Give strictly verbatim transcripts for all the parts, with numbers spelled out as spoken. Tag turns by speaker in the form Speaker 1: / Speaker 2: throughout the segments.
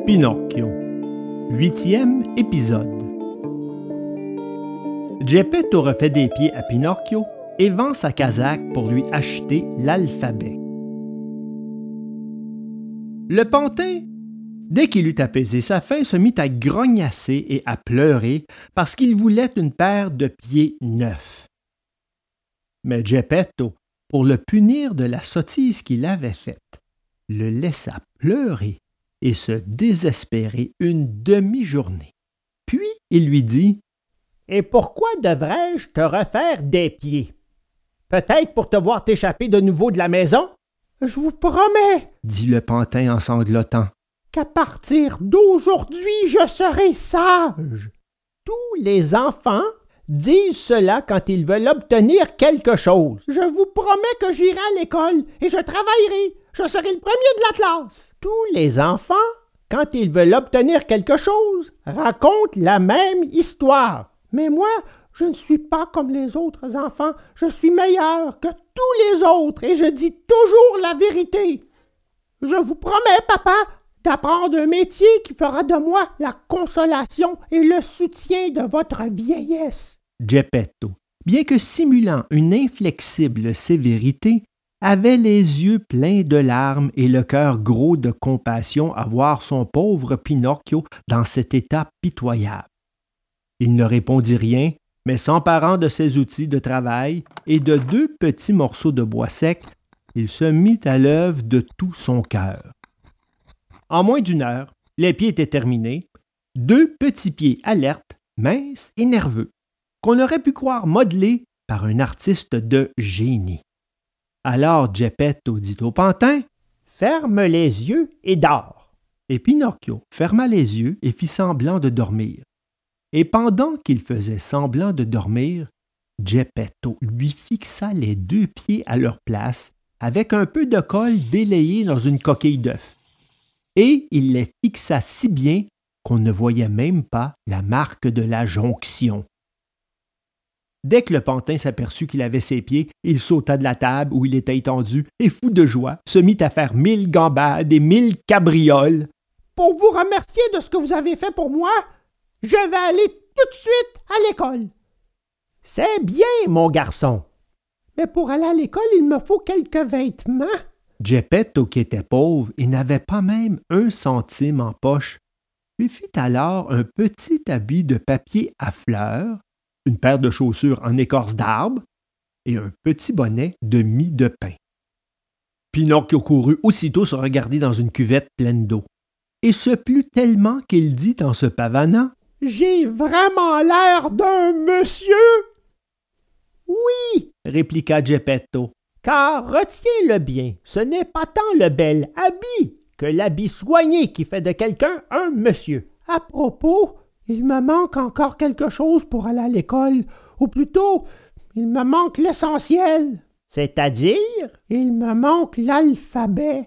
Speaker 1: Pinocchio, huitième épisode. Geppetto refait des pieds à Pinocchio et vend sa casaque pour lui acheter l'alphabet. Le pantin, dès qu'il eut apaisé sa faim, se mit à grognasser et à pleurer parce qu'il voulait une paire de pieds neufs. Mais Geppetto, pour le punir de la sottise qu'il avait faite, le laissa pleurer et se désespérer une demi-journée. Puis il lui dit « Et pourquoi devrais-je te refaire des pieds? Peut-être pour te voir t'échapper de nouveau de la maison? »« Je vous promets, dit le pantin en sanglotant, qu'à partir d'aujourd'hui, je serai sage. Tous les enfants disent cela quand ils veulent obtenir quelque chose. Je vous promets que j'irai à l'école et je travaillerai. Je serai le premier de la classe. Tous les enfants, quand ils veulent obtenir quelque chose, racontent la même histoire. Mais moi, je ne suis pas comme les autres enfants. Je suis meilleur que tous les autres et je dis toujours la vérité. Je vous promets, papa, d'apprendre un métier qui fera de moi la consolation et le soutien de votre vieillesse. » Geppetto, bien que simulant une inflexible sévérité, avait les yeux pleins de larmes et le cœur gros de compassion à voir son pauvre Pinocchio dans cet état pitoyable. Il ne répondit rien, mais s'emparant de ses outils de travail et de deux petits morceaux de bois sec, il se mit à l'œuvre de tout son cœur. En moins d'une heure, les pieds étaient terminés, deux petits pieds alertes, minces et nerveux, qu'on aurait pu croire modelés par un artiste de génie. Alors Geppetto dit au pantin « Ferme les yeux et dors !» Et Pinocchio ferma les yeux et fit semblant de dormir. Et pendant qu'il faisait semblant de dormir, Geppetto lui fixa les deux pieds à leur place avec un peu de colle délayée dans une coquille d'œuf. Et il les fixa si bien qu'on ne voyait même pas la marque de la jonction. Dès que le pantin s'aperçut qu'il avait ses pieds, il sauta de la table où il était étendu et, fou de joie, se mit à faire mille gambades et mille cabrioles. « Pour vous remercier de ce que vous avez fait pour moi, je vais aller tout de suite à l'école. »« C'est bien, mon garçon. Mais pour aller à l'école, il me faut quelques vêtements. » Geppetto, qui était pauvre et n'avait pas même un centime en poche, lui fit alors un petit habit de papier à fleurs, une paire de chaussures en écorce d'arbre et un petit bonnet de mie de pain. Pinocchio courut aussitôt se regarder dans une cuvette pleine d'eau et se plut tellement qu'il dit en se pavanant « J'ai vraiment l'air d'un monsieur !»« Oui, » répliqua Geppetto, « car retiens-le bien, ce n'est pas tant le bel habit que l'habit soigné qui fait de quelqu'un un monsieur. À propos, il me manque encore quelque chose pour aller à l'école, ou plutôt, il me manque l'essentiel. »« C'est-à-dire? »« Il me manque l'alphabet. »«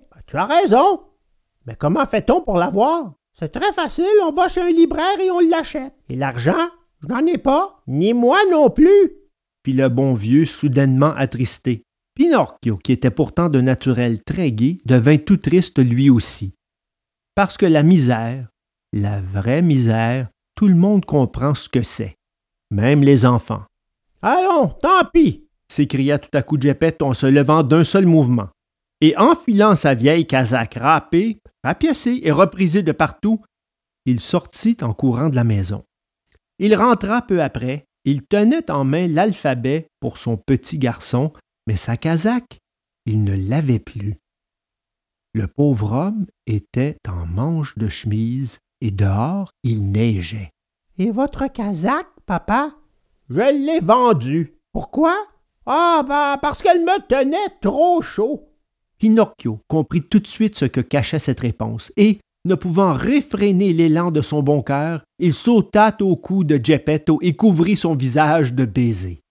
Speaker 1: Tu as raison. Mais comment fait-on pour l'avoir? »« C'est très facile, on va chez un libraire et on l'achète. »« Et l'argent? Je n'en ai pas. »« Ni moi non plus. » Fit le bon vieux soudainement attristé. Pinocchio, qui était pourtant de naturel très gai, devint tout triste lui aussi. Parce que la misère, la vraie misère, tout le monde comprend ce que c'est, même les enfants. « Allons, tant pis !» s'écria tout à coup Geppetto en se levant d'un seul mouvement. Et enfilant sa vieille casaque râpée, rapiécée et reprisée de partout, il sortit en courant de la maison. Il rentra peu après, il tenait en main l'alphabet pour son petit garçon, mais sa casaque, il ne l'avait plus. Le pauvre homme était en manche de chemise et dehors, il neigeait. « Et votre casaque, papa? »« Je l'ai vendue. »« Pourquoi? »« Ah, ben, parce qu'elle me tenait trop chaud. » Pinocchio comprit tout de suite ce que cachait cette réponse et, ne pouvant réfréner l'élan de son bon cœur, il sauta au cou de Geppetto et couvrit son visage de baisers.